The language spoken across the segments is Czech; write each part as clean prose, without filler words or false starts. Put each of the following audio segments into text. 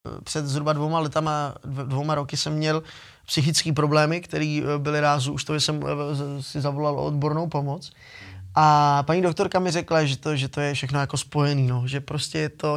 Před zhruba 2 roky jsem měl psychické problémy, které byly rázu, už to jsem si zavolal o odbornou pomoc. A paní doktorka mi řekla, že to je všechno jako spojený, no, že prostě je to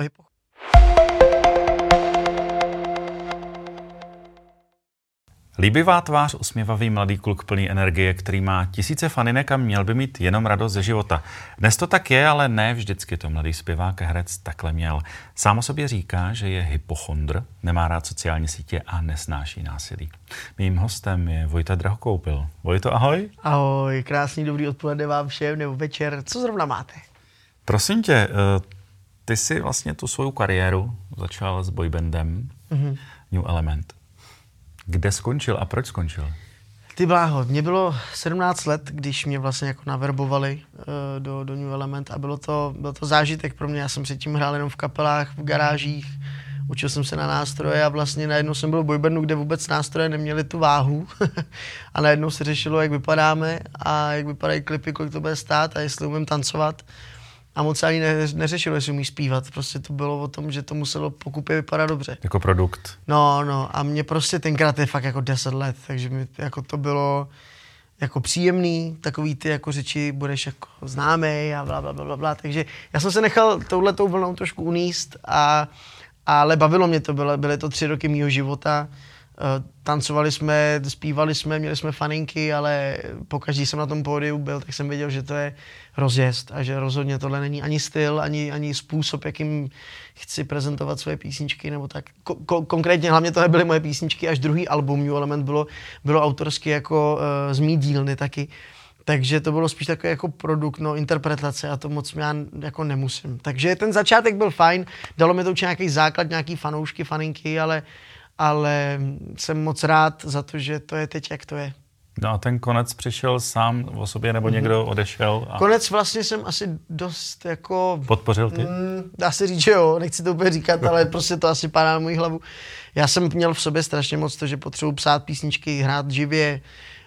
Líbivá tvář, usměvavý mladý kluk plný energie, který má tisíce faninek a měl by mít jenom radost ze života. Dnes to tak je, ale ne vždycky to mladý zpěvák a herec takhle měl. Sám o sobě říká, že je hypochondr, nemá rád sociální sítě a nesnáší násilí. Mým hostem je Vojta Drahokoupil. Vojto, ahoj. Ahoj, krásný dobrý odpoledne vám všem, nebo večer. Co zrovna máte? Prosím tě, ty jsi vlastně tu svou kariéru začal s boybandem New Element. Kde skončil a proč skončil? Ty bláho, mě bylo 17 let, když mě vlastně jako naverbovali do New Element a byl to zážitek pro mě. Já jsem předtím hrál jenom v kapelách, v garážích, učil jsem se na nástroje a vlastně najednou jsem byl v boybandu, kde vůbec nástroje neměly tu váhu a najednou se řešilo, jak vypadáme a jak vypadají klipy, kolik to bude stát a jestli umím tancovat. A moc ani neřešilo, jestli umí zpívat. Prostě to bylo o tom, že to muselo po kupě vypadat dobře. Jako produkt. No. A mě prostě tenkrát je fakt jako 10 let, takže mi jako to bylo jako příjemný, takový ty jako řeči, budeš jako známej a blablabla. Takže já jsem se nechal touhletou vlnou trošku uníst, ale bavilo mě to, byly to 3 roky mýho života. Tancovali jsme, zpívali jsme, měli jsme faninky, ale pokaždý jsem na tom pódiu byl, tak jsem věděl, že to je rozjezd a že rozhodně tohle není ani styl, ani způsob, jakým chci prezentovat své písničky, nebo tak. Konkrétně hlavně tohle byly moje písničky, až druhý album New Element bylo autorsky jako z mý dílny taky. Takže to bylo spíš takový jako produkt, interpretace a to moc já jako nemusím. Takže ten začátek byl fajn, dalo mi to určitě nějaký základ, nějaký fanoušky, faninky, ale jsem moc rád za to, že to je teď, jak to je. No a ten konec přišel sám o sobě, nebo někdo odešel? Konec vlastně jsem asi dost jako... Podpořil ty? Dá se říct, že jo, nechci to úplně říkat, ale prostě to asi padá na moji hlavu. Já jsem měl v sobě strašně moc to, že potřebuji psát písničky, hrát živě,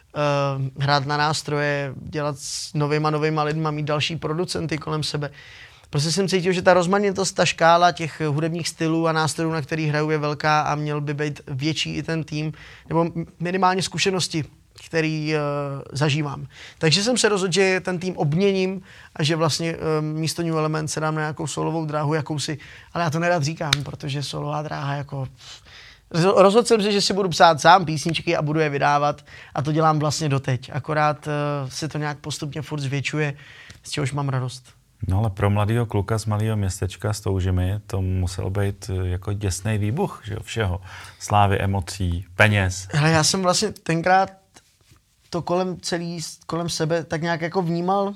hrát na nástroje, dělat s novýma lidma, mít další producenty kolem sebe. Prostě jsem cítil, že ta rozmanitost, ta škála těch hudebních stylů a nástrojů, na který hraju, je velká a měl by být větší i ten tým, nebo minimálně zkušenosti, který zažívám. Takže jsem se rozhodl, že ten tým obměním a že vlastně místo New Element se dám na nějakou solovou dráhu, jakousi, ale já to nerad říkám, protože solová dráha jako... Rozhodl jsem se, že si budu psát sám písničky a budu je vydávat a to dělám vlastně doteď. Akorát se to nějak postupně furt zvětšuje, z čehož mám radost. No ale pro mladého kluka z malého městečka s Toužimi to musel být jako děsnej výbuch, že jo, všeho. Slávy, emocí, peněz. Hele, já jsem vlastně tenkrát to kolem sebe tak nějak jako vnímal,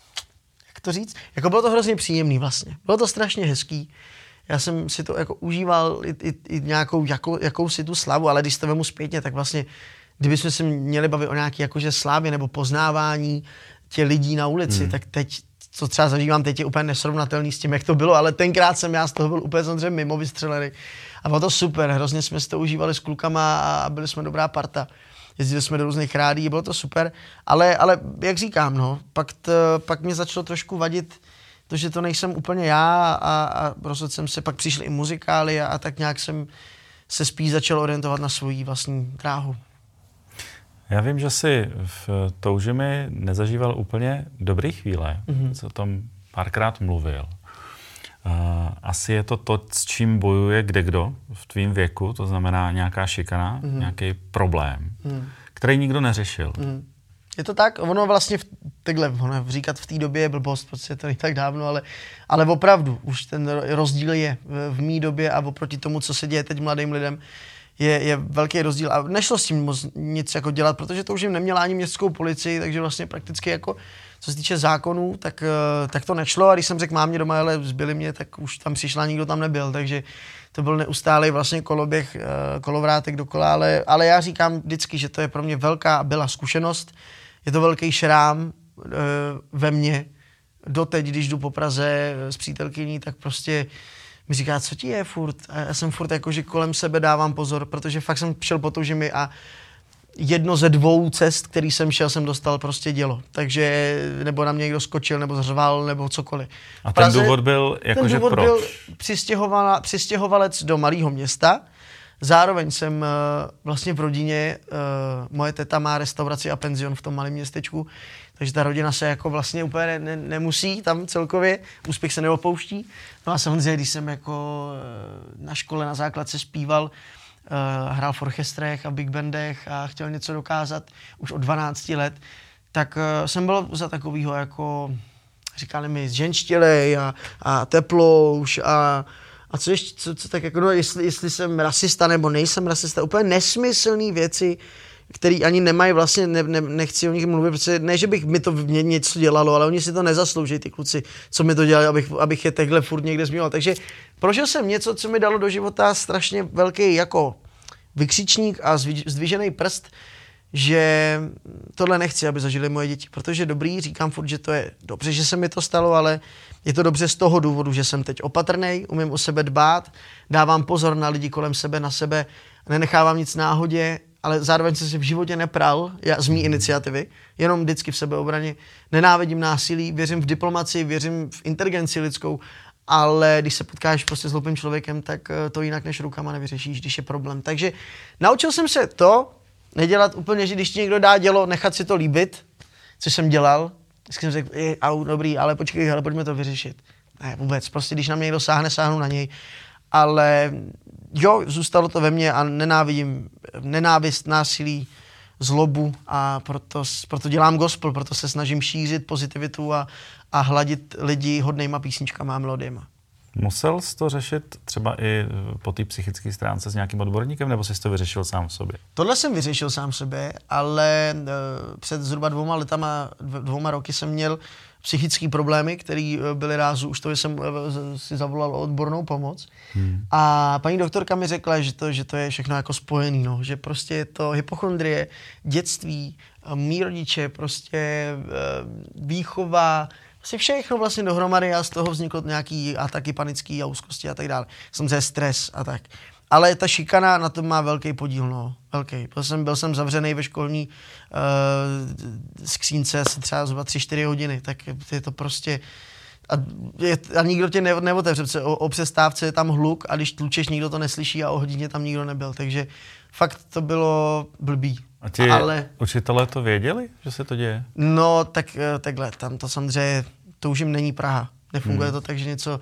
jak to říct, jako bylo to hrozně příjemný vlastně. Bylo to strašně hezký. Já jsem si to jako užíval i nějakou jakousi tu slavu, ale když to vemu zpětně, tak vlastně, kdybychom se měli bavit o nějaké jakože slávě nebo poznávání těch lidí na ulici, tak teď co třeba zažívám teď, je úplně nesrovnatelný s tím, jak to bylo, ale tenkrát jsem já z toho byl úplně samozřejmě mimo vystřelený. A bylo to super, hrozně jsme si to užívali s klukama a byli jsme dobrá parta. Jezdili jsme do různých rádií, bylo to super, ale jak říkám, pak mě začalo trošku vadit to, že to nejsem úplně já a rozhodl jsem se, pak přišly i muzikály a tak nějak jsem se spíš začal orientovat na svoji vlastní dráhu. Já vím, že jsi v Toužimi nezažíval úplně dobrý chvíle, co o tom párkrát mluvil. Asi je to, s čím bojuje kdekdo v tvým věku, to znamená nějaká šikana, nějaký problém, který nikdo neřešil. Je to tak? Ono vlastně říkat v té době je blbost, protože to není tak dávno, ale opravdu už ten rozdíl je v mý době a oproti tomu, co se děje teď mladým lidem, je velký rozdíl a nešlo s tím moc nic jako dělat, protože to už jim neměla ani městskou policii, takže vlastně prakticky jako co se týče zákonů, tak to nešlo a když jsem řekl mámě doma, ale zbyli mě, tak už tam přišla, nikdo tam nebyl, takže to byl neustálý vlastně koloběh, kolovrátek dokola, ale já říkám vždycky, že to je pro mě byla zkušenost, je to velký šrám ve mně, doteď, když jdu po Praze s přítelkyní, tak prostě mi říká, co ti je furt? A já jsem furt jako, že kolem sebe dávám pozor, protože fakt jsem šel po Toužimi a jedno ze 2 cest, který jsem šel, jsem dostal prostě dělo. Takže nebo na mě někdo skočil, nebo zřval, nebo cokoliv. A ten důvod byl jakože proč? Byl přistěhovalec do malého města. Zároveň jsem vlastně v rodině, moje teta má restauraci a penzion v tom malém městečku, takže ta rodina se jako vlastně úplně nemusí tam celkově, úspěch se neopouští. No a samozřejmě, když jsem jako na škole na základce zpíval, hrál v orchestrech a big bandech a chtěl něco dokázat už od 12 let, tak jsem byl za takovýho jako, říkali mi, zženštělej a teplouš a co ještě, co tak jako, no, jestli jsem rasista nebo nejsem rasista, úplně nesmyslný věci, který ani nemají vlastně, nechci o nich mluvit, protože ne, že bych mi to něco dělalo, ale oni si to nezaslouží, ty kluci, co mi to dělali, abych je takhle furt někde zmíval. Takže prožil jsem něco, co mi dalo do života strašně velký jako vykřičník a zdvižený prst, že tohle nechci, aby zažili moje děti, protože dobrý, říkám furt, že to je dobře, že se mi to stalo, ale je to dobře z toho důvodu, že jsem teď opatrnej, umím o sebe dbát, dávám pozor na lidi kolem sebe, na sebe, nenechávám nic náhodě, ale zároveň jsem si v životě nepral z mý iniciativy, jenom vždycky v sebeobraně. Nenávidím násilí, věřím v diplomacii, věřím v inteligenci lidskou, ale když se potkáš prostě s hloupým člověkem, tak to jinak než rukama nevyřešíš, když je problém. Takže naučil jsem se to, nedělat úplně, že když ti někdo dá dělo, nechat si to líbit, což jsem dělal. Vždycky jsem řekl, dobrý, ale počkej, ale pojďme to vyřešit. Ne, vůbec, prostě když na mě někdo sáhnu na něj. Ale jo, zůstalo to ve mně a nenávidím nenávist, násilí, zlobu a proto dělám gospel, proto se snažím šířit pozitivitu a hladit lidi hodnejma písničkama a melodiema. Musel jsi to řešit třeba i po té psychické stránce s nějakým odborníkem, nebo jsi to vyřešil sám v sobě? Tohle jsem vyřešil sám v sobě, ale před zhruba 2 roky jsem měl psychické problémy, které byly rázu už to, že jsem si zavolal odbornou pomoc. A paní doktorka mi řekla, že to je všechno jako spojený, no, že prostě je to hypochondrie, dětství, mý rodiče, prostě výchova, asi všechno vlastně dohromady a z toho vzniklo nějaký ataky panický a úzkosti a tak dále. Samozřejmě stres a tak. Ale ta šikana na tom má velký podíl, no, velký. Byl jsem zavřený ve školní skřínce asi třeba zhruba 3-4 hodiny, tak je to prostě a nikdo tě neotevře, protože o přestávce je tam hluk a když tlučeš, nikdo to neslyší a o hodině tam nikdo nebyl, takže fakt to bylo blbý. A ti učitelé to věděli, že se to děje? No, takhle, tam to samozřejmě, to už jim není Praha. Nefunguje to tak, že něco...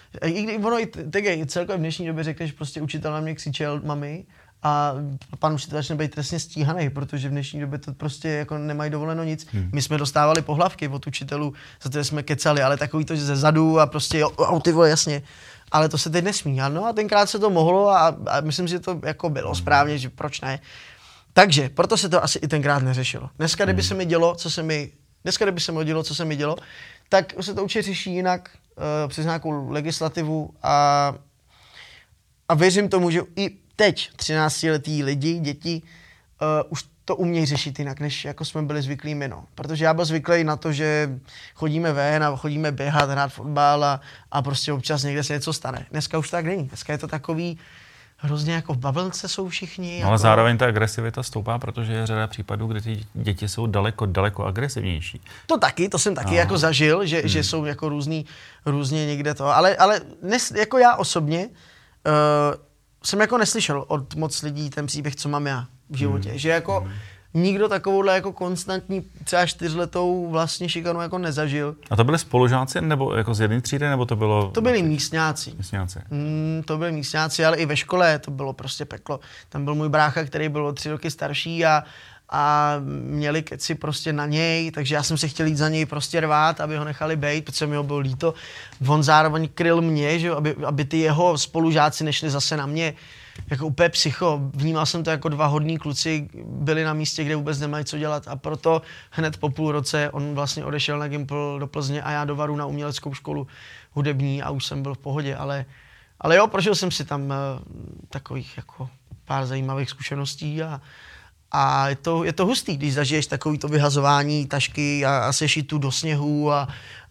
I celkově v dnešní době řekneš, prostě učitel na mě křičel, mami, a pan učitel začne být trestně stíhaný, protože v dnešní době to prostě jako nemají dovoleno nic. My jsme dostávali pohlavky od učitelů, za to jsme kecali, ale takový to, že ze zadu a prostě ty vole, jasně. Ale to se teď nesmí. No a tenkrát se to mohlo a myslím si, že to jako bylo správně, že proč ne. Takže, proto se to asi i tenkrát neřešilo. Dneska, kdyby se mi dělo, co se mi dělo, tak se to určitě řeší jinak, přes nějakou legislativu a věřím tomu, že i teď 13letý lidi, děti, už to umějí řešit jinak, než jako jsme byli zvyklí my, no. Protože já byl zvyklý na to, že chodíme ven a chodíme běhat, hrát fotbal a prostě občas někde se něco stane. Dneska už tak není. Dneska je to takový hrozně jako v bavlnce jsou všichni. No, ale zároveň ta agresivita stoupá, protože je řada případů, kdy ty děti jsou daleko agresivnější. To jsem taky jako zažil, že jsou jako různě někde to, ale jako já osobně jsem jako neslyšel od moc lidí ten příběh, co mám já v životě, že jako nikdo takovouhle jako konstantní třeba 4letou vlastně šikanu jako nezažil. A to byli spolužáci nebo jako z jedné třídy, nebo to bylo? To byli místňáci. To byli místňáci, ale i ve škole to bylo prostě peklo. Tam byl můj brácha, který byl o 3 roky starší a měli keci prostě na něj, takže já jsem se chtěl jít za něj prostě rvát, aby ho nechali bejt, protože mi ho bylo líto. On zároveň kryl mě, že aby ty jeho spolužáci nešli zase na mě. Jako úplně psycho. Vnímal jsem to jako 2 hodní kluci, byli na místě, kde vůbec nemají co dělat a proto hned po půl roce on vlastně odešel na Gimpl do Plzně a já do Varu na uměleckou školu hudební a už jsem byl v pohodě, ale jo, prožil jsem si tam takových jako pár zajímavých zkušeností a je to hustý, když zažiješ takovýto vyhazování tašky a sešitu do sněhu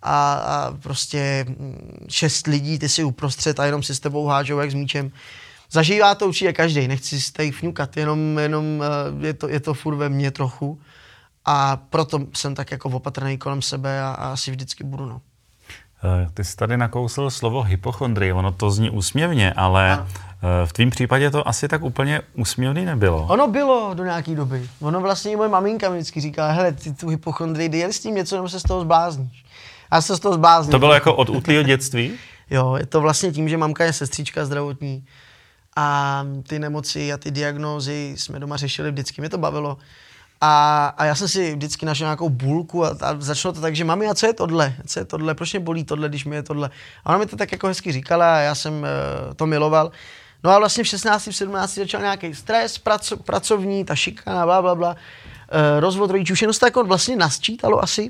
a prostě 6 lidí, ty si uprostřed a jenom si s tebou hážou jak s míčem. Zažívá to určitě každý, nechci si tady fňukat, jenom je to furt ve mně trochu a proto jsem tak jako opatrný kolem sebe a asi vždycky budu, no. Ty jsi tady nakousl slovo hypochondrie, ono to zní úsměvně, ale ano. V tvým případě to asi tak úplně úsměvný nebylo. Ono bylo do nějaký doby. Ono vlastně i moje maminka mi vždycky říkala, hele, ty tu hypochondrii, dej s tím něco, nebo se z toho zblázníš. Já se z toho zblázním. To bylo jako od útlýho dětství? Jo, je to vlastně tím, že mamka je sestřička zdravotní a ty nemoci a ty diagnózy jsme doma řešili vždycky, mě to bavilo. A já jsem si vždycky našel nějakou bulku a začalo to tak, že mami, a co je tohle? Co je tohle? Proč mě bolí tohle, když mi je tohle? A ona mi to tak jako hezky říkala a já jsem to miloval. No a vlastně v 16, v 17 začal nějaký stres, pracovní, ta šikana, blablabla, rozvod rodičů, všechno se to jako vlastně nasčítalo asi.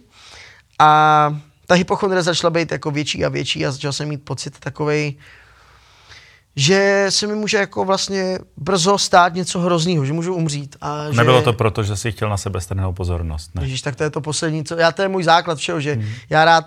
A ta hypochondrie začala být jako větší a větší a začal jsem mít pocit takovej, že se mi může jako vlastně brzo stát něco hroznýho, že můžu umřít. A že... Nebylo to proto, že jsi chtěl na sebe strhnout pozornost, ne? Ježíš, tak to je to poslední, to je můj základ všeho, že já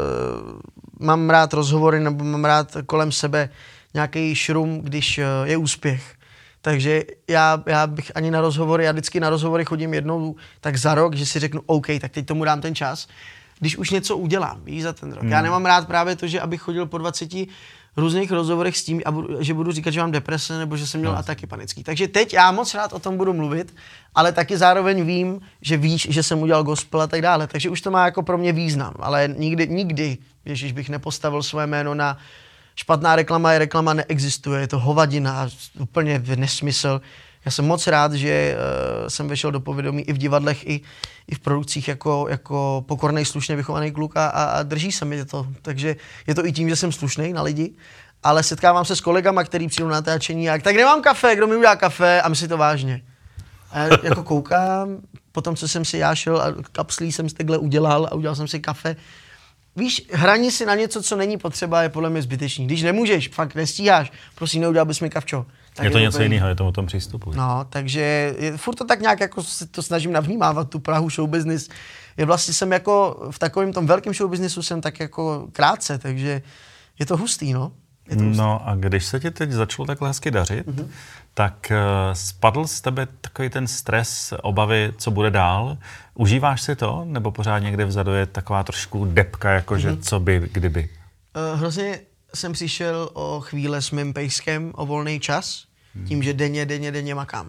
mám rád rozhovory nebo mám rád kolem sebe nějaký šrum, když je úspěch. Takže já bych ani na rozhovory, já vždycky na rozhovory chodím jednou tak za rok, že si řeknu OK, tak teď tomu dám ten čas, když už něco udělám, víš, za ten rok. Já nemám rád právě to, že abych chodil po 20 různých rozhovorech s tím, že budu říkat, že mám deprese nebo že jsem měl ataky panický. Takže teď já moc rád o tom budu mluvit, ale taky zároveň vím, že víš, že jsem udělal gospel a tak dále. Takže už to má jako pro mě význam, ale nikdy, ježiš, bych nepostavil své jméno na špatná reklama neexistuje, je to hovadina, úplně nesmysl. Já jsem moc rád, že jsem vešel do povědomí i v divadlech, i v produkcích jako pokornej, slušně vychovaný kluk a drží se mi to. Takže je to i tím, že jsem slušnej na lidi, ale setkávám se s kolegama, který přijdou na natáčení a tak nemám kafe, kdo mi udělá kafe a myslí to vážně. A já jako koukám, potom co jsem si já šel a kapslí jsem si takhle udělal a udělal jsem si kafe. Víš, hraní si na něco, co není potřeba, je podle mě zbytečný. Když nemůžeš, fakt nestíháš, prosím, neudělal bys mi kavčo. Je to něco jiného, je to o tom přístupu. No, takže furt to tak nějak jako se to snažím navnímávat, tu Prahu show business. Je vlastně jsem jako v takovém tom velkém show businessu jsem tak jako krátce, takže je to hustý, no. No a když se ti teď začalo takhle hezky dařit, tak spadl z tebe takový ten stres, obavy, co bude dál? Užíváš si to? Nebo pořád někde vzadu je taková trošku depka, jakože co by, kdyby? Hrozně jsem přišel o chvíle s mým pejskem, o volný čas, tím, že denně makám.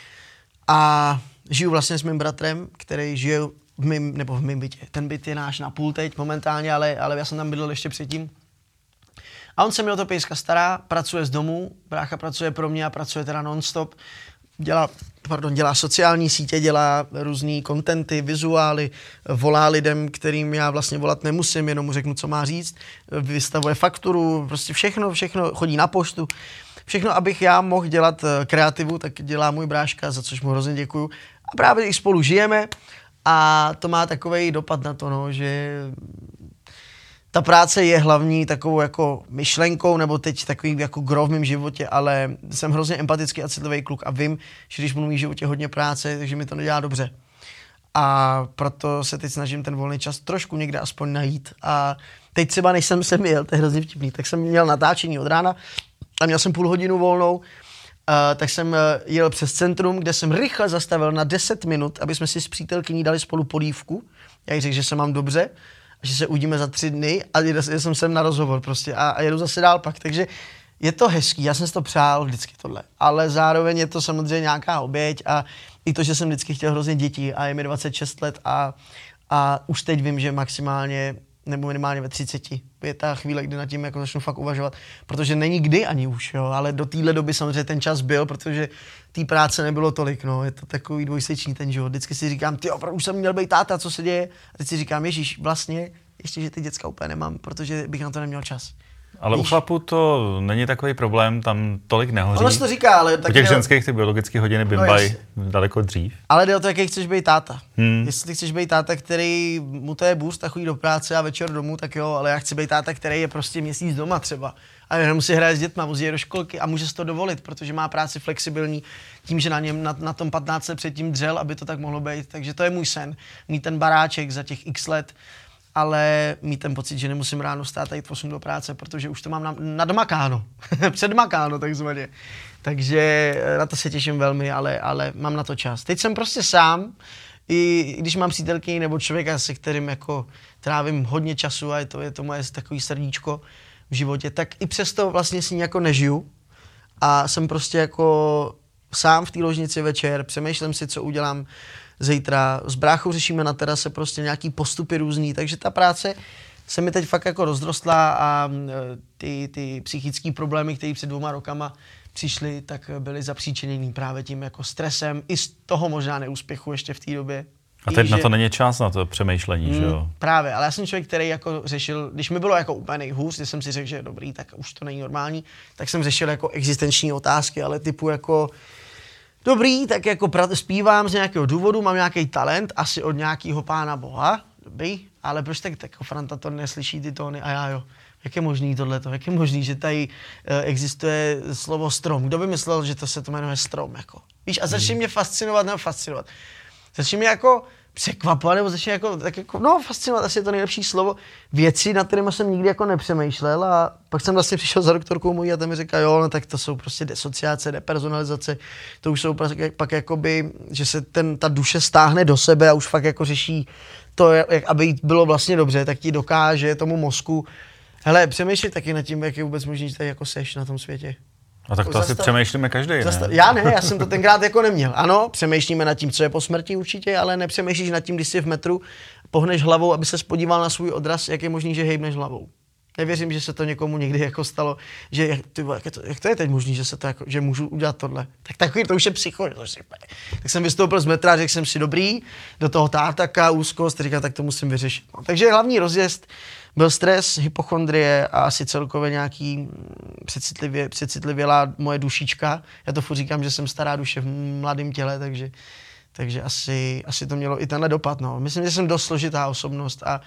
A žiju vlastně s mým bratrem, který žije v mým bytě. Ten byt je náš na půl teď momentálně, ale já jsem tam bydlel ještě předtím. A on se mi o to pejska stará, pracuje z domu, brácha pracuje pro mě a pracuje teda non-stop. Dělá sociální sítě, dělá různý kontenty, vizuály, volá lidem, kterým já vlastně volat nemusím, jenom mu řeknu, co má říct, vystavuje fakturu, prostě všechno, chodí na poštu. Všechno, abych já mohl dělat kreativu, tak dělá můj bráška, za což mu hrozně děkuju. A právě i spolu žijeme a to má takovej dopad na to, no, že ta práce je hlavní takovou jako myšlenkou, nebo teď takový jako gro v mém životě, ale jsem hrozně empatický a citlivý kluk a vím, že když budu mít v životě hodně práce, takže mi to nedělá dobře. A proto se teď snažím ten volný čas trošku někde aspoň najít. A teď třeba, než jsem sem jel, to je hrozně vtipný, tak jsem měl natáčení od rána a měl jsem půl hodinu volnou, tak jsem jel přes centrum, kde jsem rychle zastavil na 10 minut, aby jsme si s přítelkyní dali spolu polívku. Já jí řekl, že se mám dobře, že se uvidíme za 3 dny a jel jsem sem na rozhovor prostě a jedu zase dál pak, takže je to hezký, já jsem si to přál vždycky tohle, ale zároveň je to samozřejmě nějaká oběť a i to, že jsem vždycky chtěl hrozně děti a je mi 26 let a už teď vím, že maximálně nebo minimálně ve 30 je ta chvíle, kdy nad tím jako začnu fakt uvažovat, protože není kdy ani už, jo, ale do téhle doby samozřejmě ten čas byl, protože té práce nebylo tolik, no, je to takový dvojsečný ten život. Vždycky si říkám, ty opravdu už jsem měl být táta, co se děje? A teď si říkám, ježíš, vlastně ještě, že ty děcka úplně nemám, protože bych na to neměl čas. Ale u chlapů to není takový problém, tam tolik nehoří. Ono se to říká, ale tak u těch ženských ty biologické hodiny bimbají daleko dřív. Ale jde o to, jaký chceš být táta. Jestli ty chceš být táta, který mu to je boost a chodí do práce a večer domů, tak jo, ale já chci být táta, který je prostě měsíc doma třeba. A jenom si hraje s dětma, musí jít do školky a může si to dovolit, protože má práci flexibilní tím, že na něm na tom 15 let předtím dřel, aby to tak mohlo být. Takže to je můj sen, mít ten baráček za těch x let ale mít ten pocit, že nemusím ráno stát a jít 8 do práce, protože už to mám nadmakáno, předmakáno takzvaně. Takže na to se těším velmi, ale mám na to čas. Teď jsem prostě sám, i když mám přítelkyni nebo člověka, se kterým jako trávím hodně času a je to moje takový srdíčko v životě, tak i přesto vlastně si jako nežiju a jsem prostě jako sám v té ložnici večer, přemýšlím si, co udělám zítra, s bráchou řešíme na terase prostě nějaký postupy různý, takže ta práce se mi teď fakt jako rozrostla a ty psychické problémy, které před 2 rokama přišly, tak byly zapříčiněný právě tím jako stresem i z toho možná neúspěchu ještě v té době. A teď na to není čas na to přemýšlení, že jo? Právě, ale já jsem člověk, který jako řešil, když mi bylo jako úplně nejhůř, když jsem si řekl, že je dobrý, tak už to není normální, tak jsem řešil jako existenční otázky, ale typu jako dobrý, tak jako zpívám z nějakého důvodu, mám nějaký talent, asi od nějakého pána boha, dobrý, ale proč tak jako Franta to neslyší ty tóny a já jo. Jak je možný tohleto? Jak je možný, že tady existuje slovo strom? Kdo by myslel, že to se to jmenuje strom? Jako? Víš, a začne mě fascinovat. Začne mě jako překvapovat, nebo začne jako, tak jako, no fascinovat, asi je to nejlepší slovo. Věci, nad kterými jsem nikdy jako nepřemýšlel a pak jsem vlastně přišel za doktorkou mojí a ta mi říká, jo, no tak to jsou prostě disociace, depersonalizace, to už jsou pak jakoby, že se ta duše stáhne do sebe a už fakt jako řeší to, jak aby jí bylo vlastně dobře, tak ti dokáže tomu mozku. Hele, přemýšlej taky nad tím, jak je vůbec možný, že tady jako seš na tom světě. A tak to asi přemýšlíme každý, ne? Já jsem to tenkrát jako neměl. Ano, přemýšlíme nad tím, co je po smrti určitě, ale nepřemýšlíš nad tím, když jsi v metru, pohneš hlavou, aby ses podíval na svůj odraz, jak je možný, že hejbneš hlavou. Nevěřím, že se to někomu někdy jako stalo, že jak to je teď možný, že se to jako, že můžu udělat tohle. Tak takový to už je psycho. Tak jsem vystoupil z metra, řekl jsem si dobrý, do toho tátaka, úzkost, říkal, tak to musím vyřešit. No, takže hlavní rozjezd byl stres, hypochondrie a asi celkově nějaký přecitlivělá moje dušička. Já to furt říkám, že jsem stará duše v mladém těle, takže asi to mělo i tenhle dopad. No. Myslím, že jsem dost složitá osobnost a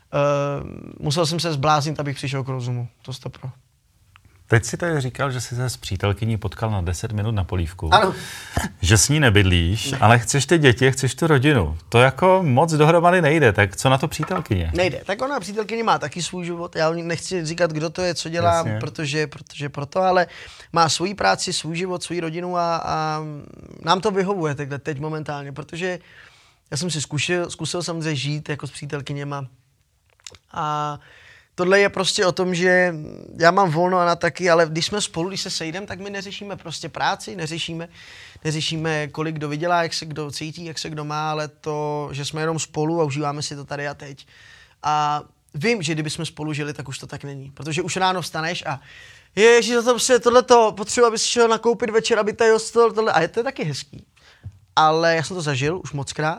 musel jsem se zbláznit, abych přišel k rozumu. To stopro. Teď si tady říkal, že jsi se s přítelkyní potkal na 10 minut na polívku. Ano. Že s ní nebydlíš, ale chceš ty děti, chceš tu rodinu. To jako moc dohromady nejde, tak co na to přítelkyně? Nejde. Tak ona přítelkyně má taky svůj život. Já nechci říkat, kdo to je, co dělá, protože proto, ale má svoji práci, svůj život, svou rodinu a nám to vyhovuje takhle teď momentálně, protože já jsem si zkusil samozřejmě žít jako s přítelkyněma a tohle je prostě o tom, že já mám volno a na taky, ale když jsme spolu, když se sejdeme, tak my neřešíme prostě práci, neřešíme, kolik kdo vydělá, jak se kdo cítí, jak se kdo má, ale to, že jsme jenom spolu a užíváme si to tady a teď. A vím, že kdyby jsme spolu žili, tak už to tak není, protože už ráno vstaneš a ježiš, tohleto potřebuji, abys šel nakoupit večer, aby tady ostal tohle. A to je taky hezký. Ale já jsem to zažil už mockrát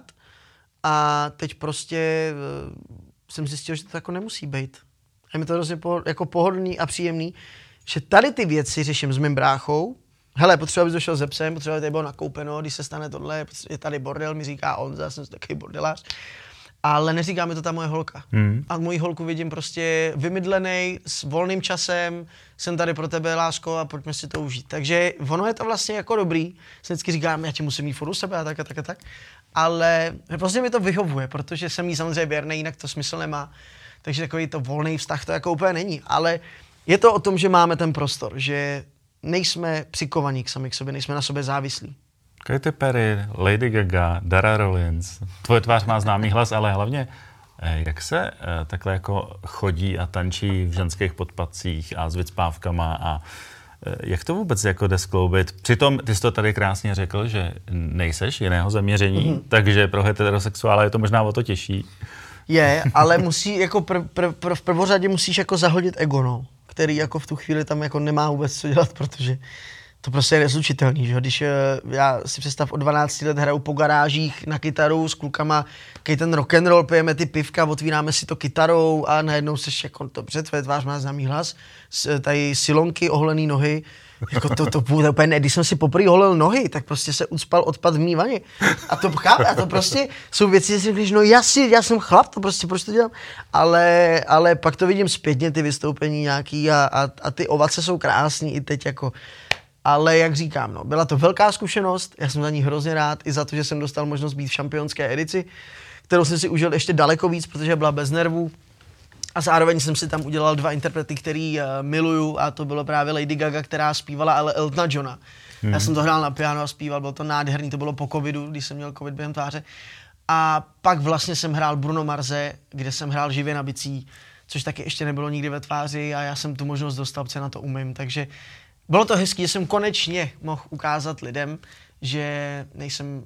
a teď prostě jsem zjistil, že to jako nemusí být. Je mi to hrozně jako pohodlný a příjemný, že tady ty věci řeším s mým bráchou. Hele, potřeba, abys došel ze psem, potřeba, aby tady bylo nakoupeno, když se stane tohle, je tady bordel, mi říká on, já jsem takový bordelář. Ale neříká mi to ta moje holka. A moji holku vidím prostě vymydlenej, s volným časem, jsem tady pro tebe, lásko, a pojďme si to užít. Takže ono je to vlastně jako dobrý. Jsem vždycky říkám, já ti musím mít furt u sebe a tak. Ale prostě mi to vyhovuje, protože jsem jí samozřejmě věrný, jinak to smysl nemá. Takže takový to volný vztah to jako úplně není. Ale je to o tom, že máme ten prostor, že nejsme přikovaní sami k sobě, nejsme na sobě závislí. Katy Perry, Lady Gaga, Dara Rollins. Tvoje tvář má známý hlas, ale hlavně, jak se takhle jako chodí a tančí v ženských podpatcích a s vycpávkama a jak to vůbec jako jde skloubit? Přitom ty jsi to tady krásně řekl, že nejseš jiného zaměření, takže pro heterosexuála je to možná o to těžší. Je, ale musí jako v prvořadě musíš jako zahodit ego, no, který jako v tu chvíli tam jako nemá vůbec co dělat, protože to prostě je neslučitelný, že? Když já si představ od 12 let hraju po garážích na kytaru s klukama, když ten rock and roll, pijeme ty pivka, otvíráme si to kytarou a najednou seš jako dobře, tvoje tvář má známý hlas, tady silonky, oholený nohy, jako to úplně ne, když jsem si poprvé holil nohy, tak prostě se ucpal odpad v mý vaně. A to prostě jsou věci, že si řekneš, no já jsem chlap, to prostě proč to dělám? Ale pak to vidím zpětně, ty vystoupení nějaký a ty ovace jsou krásný i teď jako. Ale jak říkám, no, byla to velká zkušenost, já jsem za ní hrozně rád, i za to, že jsem dostal možnost být v šampionské edici, kterou jsem si užil ještě daleko víc, protože byla bez nervů. A zároveň jsem si tam udělal 2 interprety, který miluju, a to bylo právě Lady Gaga, která zpívala ale Eltona Johna. Já jsem to hrál na piano a zpíval, bylo to nádherný, to bylo po covidu, když jsem měl covid během tváře. A pak vlastně jsem hrál Bruno Marse, kde jsem hrál živě na bicí, což taky ještě nebylo nikdy ve tváři a já jsem tu možnost dostal, protože na to umím. Takže bylo to hezký, že jsem konečně mohl ukázat lidem, že nejsem,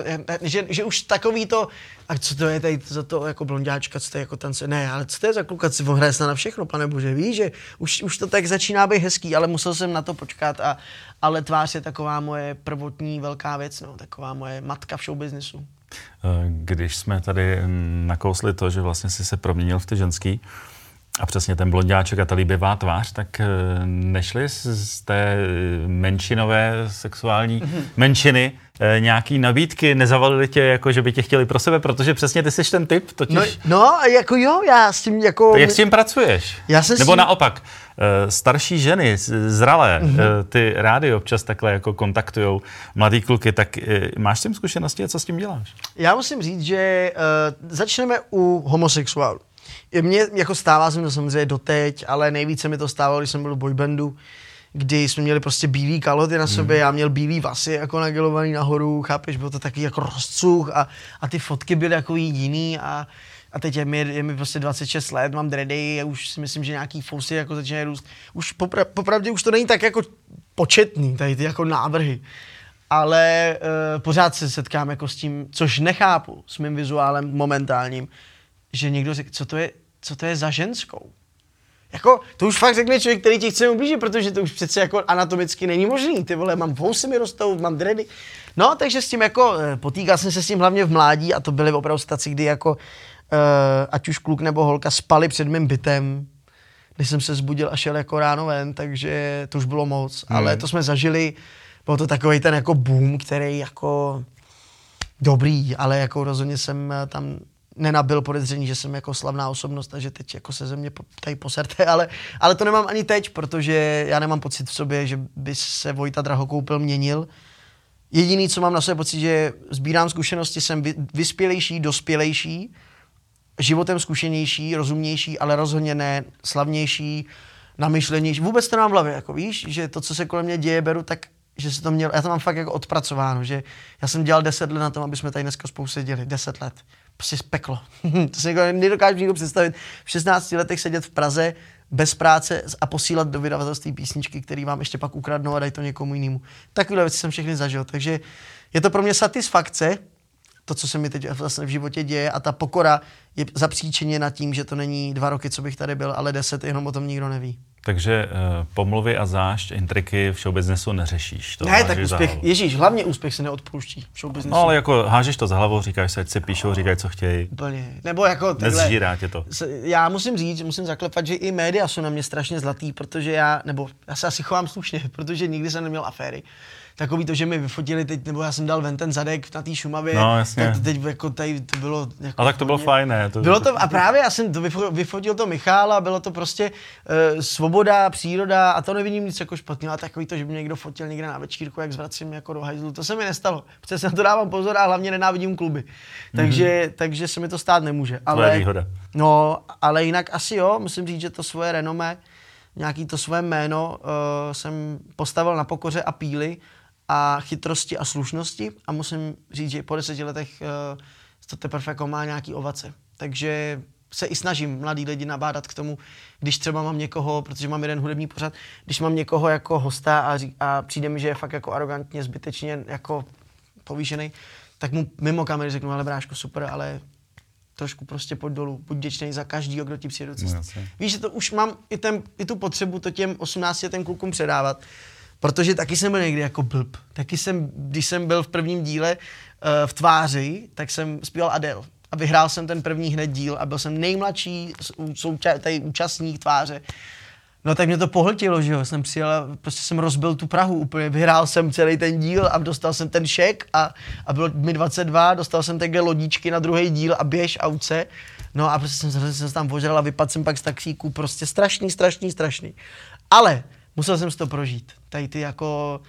že už takový to, a co to je tady za to jako blonďáčka, co to je jako tance, ne, ale co to je za kluka, si hraje na všechno, pane bože, víš, že už to tak začíná být hezký, ale musel jsem na to počkat ale tvář je taková moje prvotní velká věc, no, taková moje matka v showbiznesu. Když jsme tady nakousli to, že vlastně jsi se proměnil v ty ženský, a přesně ten blonďáček a ta líbivá tvář, tak nešli z té menšinové sexuální menšiny nějaký nabídky, nezavalili tě, jako že by tě chtěli pro sebe, protože přesně ty jsi ten typ, totiž... No, jako jo, já s tím jako... Jak s tím pracuješ? Nebo naopak, starší ženy, zralé, ty rády občas takhle jako kontaktujou mladý kluky, tak máš s tím zkušenosti a co s tím děláš? Já musím říct, že začneme u homosexuálů. Mně jako stává se mi to samozřejmě doteď, ale nejvíce mi to stávalo, když jsem byl v boybandu, kdy jsme měli prostě bílý kalhoty na sobě, já měl bílý vlasy jako nagelovaný nahoru, chápeš, byl to takový jako rozcuch a ty fotky byly jako jiný a teď je mi prostě 26 let, mám dready a už si myslím, že nějaký fousy jako začínají růst. Už popravdě už to není tak jako početný, tady ty jako návrhy. Ale pořád se setkám jako s tím, což nechápu s mým vizuálem momentálním, že někdo řekl, co to je za ženskou. Jako, to už fakt řekne člověk, který ti chce ublížit, protože to už přece jako anatomicky není možný. Ty vole, mám vousy mi rostou, mám dready. No, takže s tím jako, potýkal jsem se s tím hlavně v mládí a to byly opravdu staci, kdy jako, ať už kluk nebo holka spali před mým bytem, když jsem se zbudil a šel jako ráno ven, takže to už bylo moc. Ale to jsme zažili, byl to takový ten jako boom, který jako dobrý, ale jako rozhodně jsem tam nenabil podezření, že jsem jako slavná osobnost a že teď jako se ze mě tady poserte, ale to nemám ani teď, protože já nemám pocit v sobě, že by se Vojta Drahokoupil měnil. Jediný, co mám na sobě pocit, že sbírám zkušenosti, jsem vyspělejší, dospělejší, životem zkušenější, rozumnější, ale rozhodně ne slavnější, namyšlenější. Vůbec to nemám v hlavě, jako víš, že to, co se kolem mě děje, beru tak, že se to mělo, já to mám fakt jako odpracováno, že já jsem dělal 10 let na tom, aby jsme tady dneska spolu seděli, 10 let. Prostě peklo. To si jako nedokážu nikdo představit. V 16 letech sedět v Praze bez práce a posílat do vydavatelství písničky, který vám ještě pak ukradnou a dají to někomu jinému. Takové věci jsem všechny zažil. Takže je to pro mě satisfakce, to, co se mi teď vlastně v životě děje, a ta pokora je zapříčiněna tím, že to není 2 roky, co bych tady byl, ale 10, jenom o tom nikdo neví. Takže pomluvy a zášť, intriky v showbiznesu neřešíš. To ne, tak úspěch, ježíš, hlavně úspěch se neodpouští v showbiznesu. No, ale jako hážeš to za hlavou, říkáš se, ať si píšou, říkají, co chtějí. Úplně. Nebo jako nezžírá tě to. Já musím zaklepat, že i média jsou na mě strašně zlatý, protože já se asi chovám slušně, protože nikdy jsem neměl aféry. Takový to, že mi vyfotili teď, nebo já jsem dal ven ten zadek na té Šumavě, no, jasně. tak teď jako tady to bylo... Jako a tak to bylo fajn, ne? Bylo to, a právě já jsem to vyfotil to Michála, bylo to prostě svoboda, příroda a to nevidím nic jako špatného. A takový to, že by někdo fotil někde na večírku, jak zvracím jako do hajzlu, to se mi nestalo. Protože se na to dávám pozor a hlavně nenávidím kluby. Takže se mi to stát nemůže. To je výhoda. No, ale jinak asi jo, musím říct, že to svoje renomé, nějaký to svoje jméno jsem postavil na pokoře a píli a chytrosti a slušnosti a musím říct, že po 10 letech to teprve jako má nějaký ovace. Takže se i snažím mladý lidi nabádat k tomu, když třeba mám někoho, protože mám jeden hudební pořad, když mám někoho jako hosta a přijde mi, že je fakt jako arrogantně, zbytečně jako povýšený, tak mu mimo kamery řeknu, ale bráško, super, ale trošku prostě pojď dolů, buď vděčnej za každýho, kdo ti přijde do cesty. No, víš, že to už mám i tu potřebu to těm 18 klukům předávat, protože taky jsem byl někdy jako blb. Když jsem byl v prvním díle v Tváři, tak jsem zpíval Adele. A vyhrál jsem ten první hned díl a byl jsem nejmladší účastník Tváře. No tak mě to pohltilo, že jo, jsem přijel a prostě jsem rozbil tu Prahu úplně, vyhrál jsem celý ten díl a dostal jsem ten šek a bylo mi 22, dostal jsem takhle lodičky na druhý díl a běž auce. No a prostě jsem se tam požral a vypadl jsem pak z taxíku, prostě strašný. Ale musel jsem si to prožít. Tady ty jako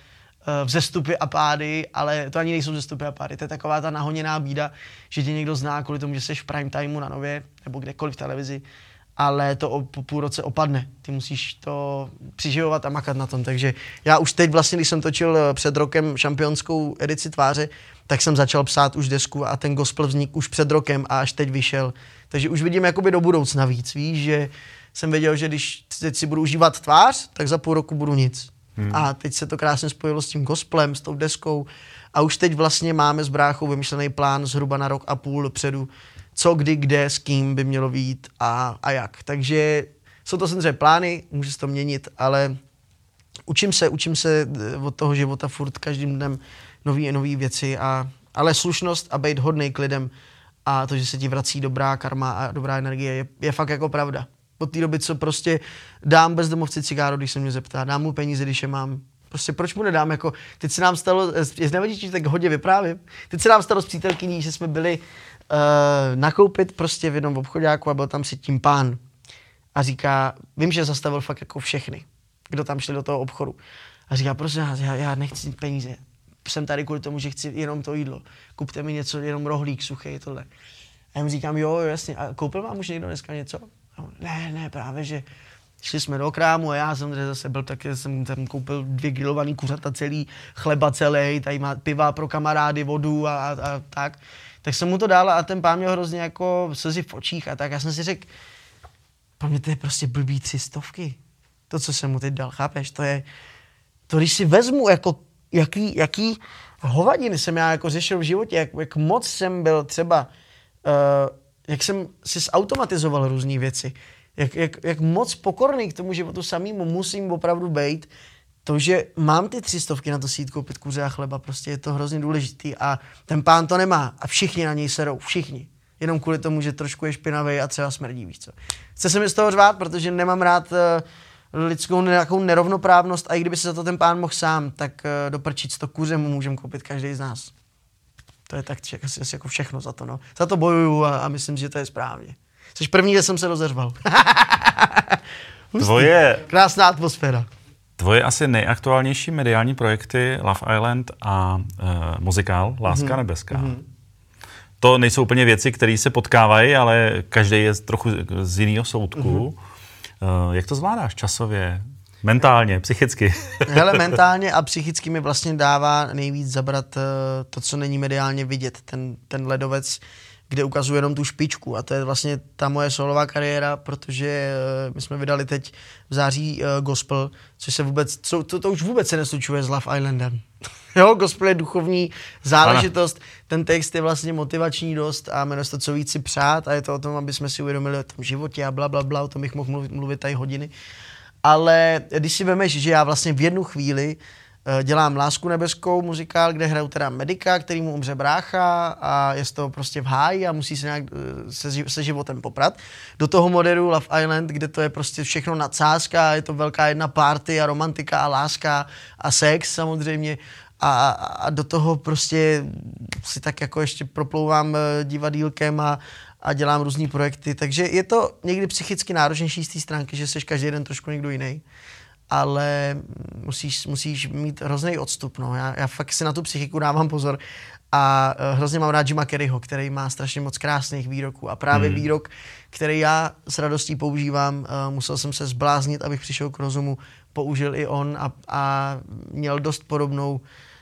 vzestupy a pády, ale to ani nejsou vzestupy a pády, to je taková ta nahoněná bída, že tě někdo zná kvůli tomu, že jsi v prime timeu na Nově nebo kdekoliv v televizi, ale to po půl roce opadne. Ty musíš to přiživovat a makat na tom. Takže já už teď vlastně, když jsem točil před rokem šampionskou edici Tváře, tak jsem začal psát už desku a ten gospel vznikl už před rokem a až teď vyšel. Takže už vidím jakoby do budoucna víc, víš, že jsem věděl, že když teď si budu užívat Tvář, tak za půl roku budu nic. A teď se to krásně spojilo s tím gospelem, s tou deskou a už teď vlastně máme s bráchou vymyšlený plán zhruba na rok a půl dopředu, co, kdy, kde, s kým by mělo být a jak. Takže jsou to samozřejmě plány, může se to měnit, ale učím se od toho života furt každým dnem nový věci, ale slušnost a být hodnej k lidem a to, že se ti vrací dobrá karma a dobrá energie, je fakt jako pravda. Od té doby, co prostě dám bezdomovci cigáro, když se mě zeptá, dám mu peníze, když je mám. Prostě proč mu nedám, jako, teď se nám stalo, nevadí, že tak hodně vyprávím, teď se nám stalo s přítelkyní, že jsme byli nakoupit prostě v jednom obchodáku a byl tam si tím pán. A říká, vím, že zastavil fakt jako všechny, kdo tam šli do toho obchodu. A říká, prosím vás, já nechci peníze. Jsem tady kvůli tomu, že chci jenom to jídlo. Kupte mi něco, jenom rohlík suchý, tohle. A já mu říkám, jo, jasně. A koupil vám už někdo dneska něco? A on, ne, právě, že šli jsme do krámu a já jsem zase byl taky, jsem tam koupil 2 grilovaný kuřata celý, chleba celý, tady má piva pro kamarády, vodu a tak. Tak jsem mu to dal a ten pán měl hrozně jako slzy v očích a tak. Já jsem si řekl, pro mě to je prostě blbý 300. To, co jsem mu teď dal, chápeš? To je, to když si vezmu, jako jaký hovadiny jsem já jako řešil v životě, jak moc jsem byl třeba, jak jsem si zautomatizoval různé věci, jak moc pokorný k tomu životu samému musím opravdu být, to, že mám ty 300 na to si jít koupit kuře a chleba, prostě je to hrozně důležitý a ten pán to nemá a všichni na něj serou, všichni. Jenom kvůli tomu, že trošku je špinavý a třeba smrdí, víš co. Chce se mi z toho řvát, protože nemám rád lidskou nějakou nerovnoprávnost a i kdyby se za to ten pán mohl sám, tak doprčit 100 kuře mu můžeme koupit každý z nás. To je tak asi jako všechno za to, no. Za to bojuju a myslím, že to je správně. Jsi první, kde jsem se rozeřval. Krásná atmosféra. Tvoje asi nejaktuálnější mediální projekty Love Island a muzikál Láska nebeská. To nejsou úplně věci, které se potkávají, ale každý je trochu z jiného soudku. Jak to zvládáš časově, mentálně, psychicky? Hele, mentálně a psychicky mi vlastně dává nejvíc zabrat to, co není mediálně vidět. Ten ledovec, kde ukazuje jenom tu špičku a to je vlastně ta moje solová kariéra, protože my jsme vydali teď v září gospel, což se vůbec, to už vůbec se neslučuje s Love Islandem. Jo, gospel je duchovní záležitost, ten text je vlastně motivační dost a jmenuje se to Co víc si přát a je to o tom, aby jsme si uvědomili o tom životě a blablabla, o tom bych mohl mluvit tady hodiny. Ale když si vemeš, že já vlastně v jednu chvíli dělám Lásku nebeskou muzikál, kde hraju teda medika, který mu umře brácha a je z toho prostě v háji a musí se nějak se životem poprat. Do toho moderu Love Island, kde to je prostě všechno nadsázka, je to velká jedna party a romantika a láska a sex samozřejmě a do toho prostě si tak jako ještě proplouvám divadýlkem a dělám různý projekty, takže je to někdy psychicky náročnější z té stránky, že jsi každý den trošku někdo jiný. Ale musíš mít hrozný odstup, no. Já fakt si na tu psychiku dávám pozor a hrozně mám rád Jima Carreyho, který má strašně moc krásných výroků a právě výrok, který já s radostí používám, musel jsem se zbláznit, abych přišel k rozumu, použil i on a měl dost podobnou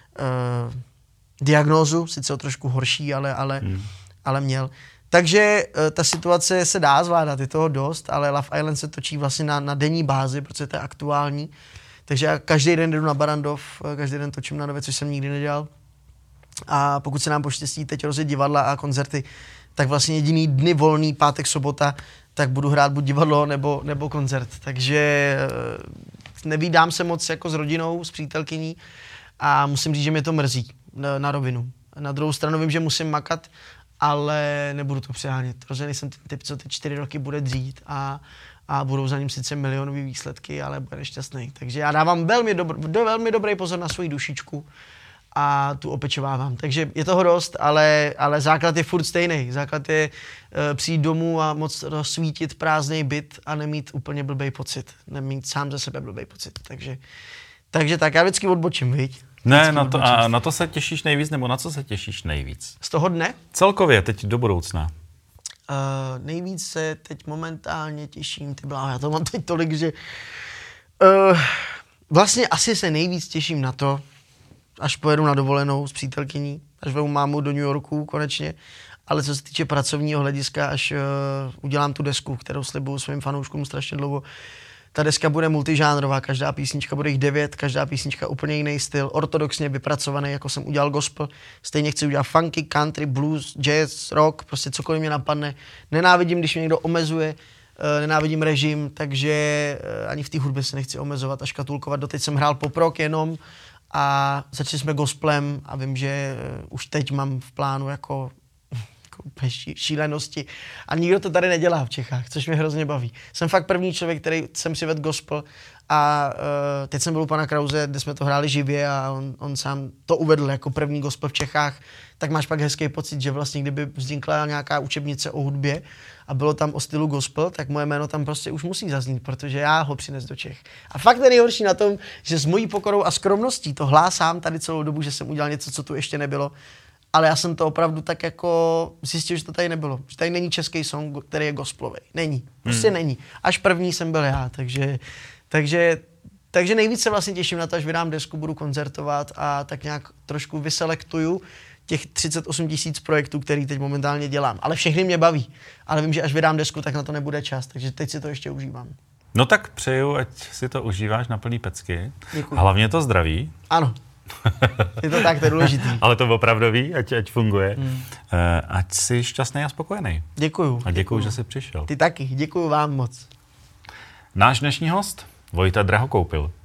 diagnózu, sice o trošku horší, ale měl. Takže ta situace se dá zvládat, je toho dost, ale Love Island se točí vlastně na denní bázi, protože to je aktuální. Takže já každý den jdu na Barandov, každý den točím na Nově, což jsem nikdy nedělal. A pokud se nám poštěstí teď rozjet divadla a koncerty, tak vlastně jediný dny volný, pátek, sobota, tak budu hrát buď divadlo nebo koncert. Takže nevídám se moc jako s rodinou, s přítelkyní a musím říct, že mě to mrzí na rovinu. Na druhou stranu vím, že musím makat, ale nebudu to přehánět. Rozhodně jsem typ, co ty 4 roky bude dřít a budou za ním sice milionové výsledky, ale bude nešťastný. Takže já dávám velmi dobrý pozor na svoji dušičku a tu opečovávám. Takže je toho dost, ale základ je furt stejný. Základ je přijít domů a moc rozsvítit prázdný byt a nemít úplně blbej pocit. Nemít sám ze sebe blbej pocit. Takže tak, já vždycky odbočím, viď? Ne, na to se těšíš nejvíc, nebo na co se těšíš nejvíc? Z toho dne? Celkově, teď do budoucna. Nejvíc se teď momentálně těším, ty bláho, já to mám teď tolik, že vlastně asi se nejvíc těším na to, až pojedu na dovolenou s přítelkyní, až vemu mámu do New Yorku konečně, ale co se týče pracovního hlediska, až udělám tu desku, kterou slibuju svým fanouškům strašně dlouho. Ta deska bude multižánrová, každá písnička bude jich 9, každá písnička úplně jiný styl, ortodoxně vypracovaný, jako jsem udělal gospel. Stejně chci udělat funky, country, blues, jazz, rock, prostě cokoliv mě napadne. Nenávidím, když mě někdo omezuje, nenávidím režim, takže ani v té hudbě se nechci omezovat a škatulkovat. Doteď jsem hrál pop rock jenom a začali jsme gospelem a vím, že už teď mám v plánu jako šílenosti. A nikdo to tady nedělá v Čechách, což mě hrozně baví. Jsem fakt první člověk, který jsem přivedl gospel a teď jsem byl u pana Krause, kde jsme to hráli živě a on sám to uvedl jako první gospel v Čechách, tak máš pak hezký pocit, že vlastně kdyby vznikla nějaká učebnice o hudbě a bylo tam o stylu gospel, tak moje jméno tam prostě už musí zaznít, protože já ho přines do Čech. A fakt je nejhorší na tom, že s mojí pokorou a skromností to hlásám tady celou dobu, že jsem udělal něco, co tu ještě nebylo. Ale já jsem to opravdu tak jako zjistil, že to tady nebylo. Že tady není český song, který je gospelový. Není. Prostě není. Až první jsem byl já, takže nejvíc se vlastně těším na to, až vydám desku, budu koncertovat a tak nějak trošku vyselektuju těch 38 000 projektů, který teď momentálně dělám. Ale všechny mě baví. Ale vím, že až vydám desku, tak na to nebude čas, takže teď si to ještě užívám. No tak přeju, ať si to užíváš na plný pecky. Děkuji. Hlavně to zdraví. Ano. Je to tak, to je důležitý. Ale to opravdový, ať funguje. Ať jsi šťastný a spokojený. Děkuju. A děkuju, že jsi přišel. Ty taky, děkuju vám moc. Náš dnešní host, Vojta Drahokoupil.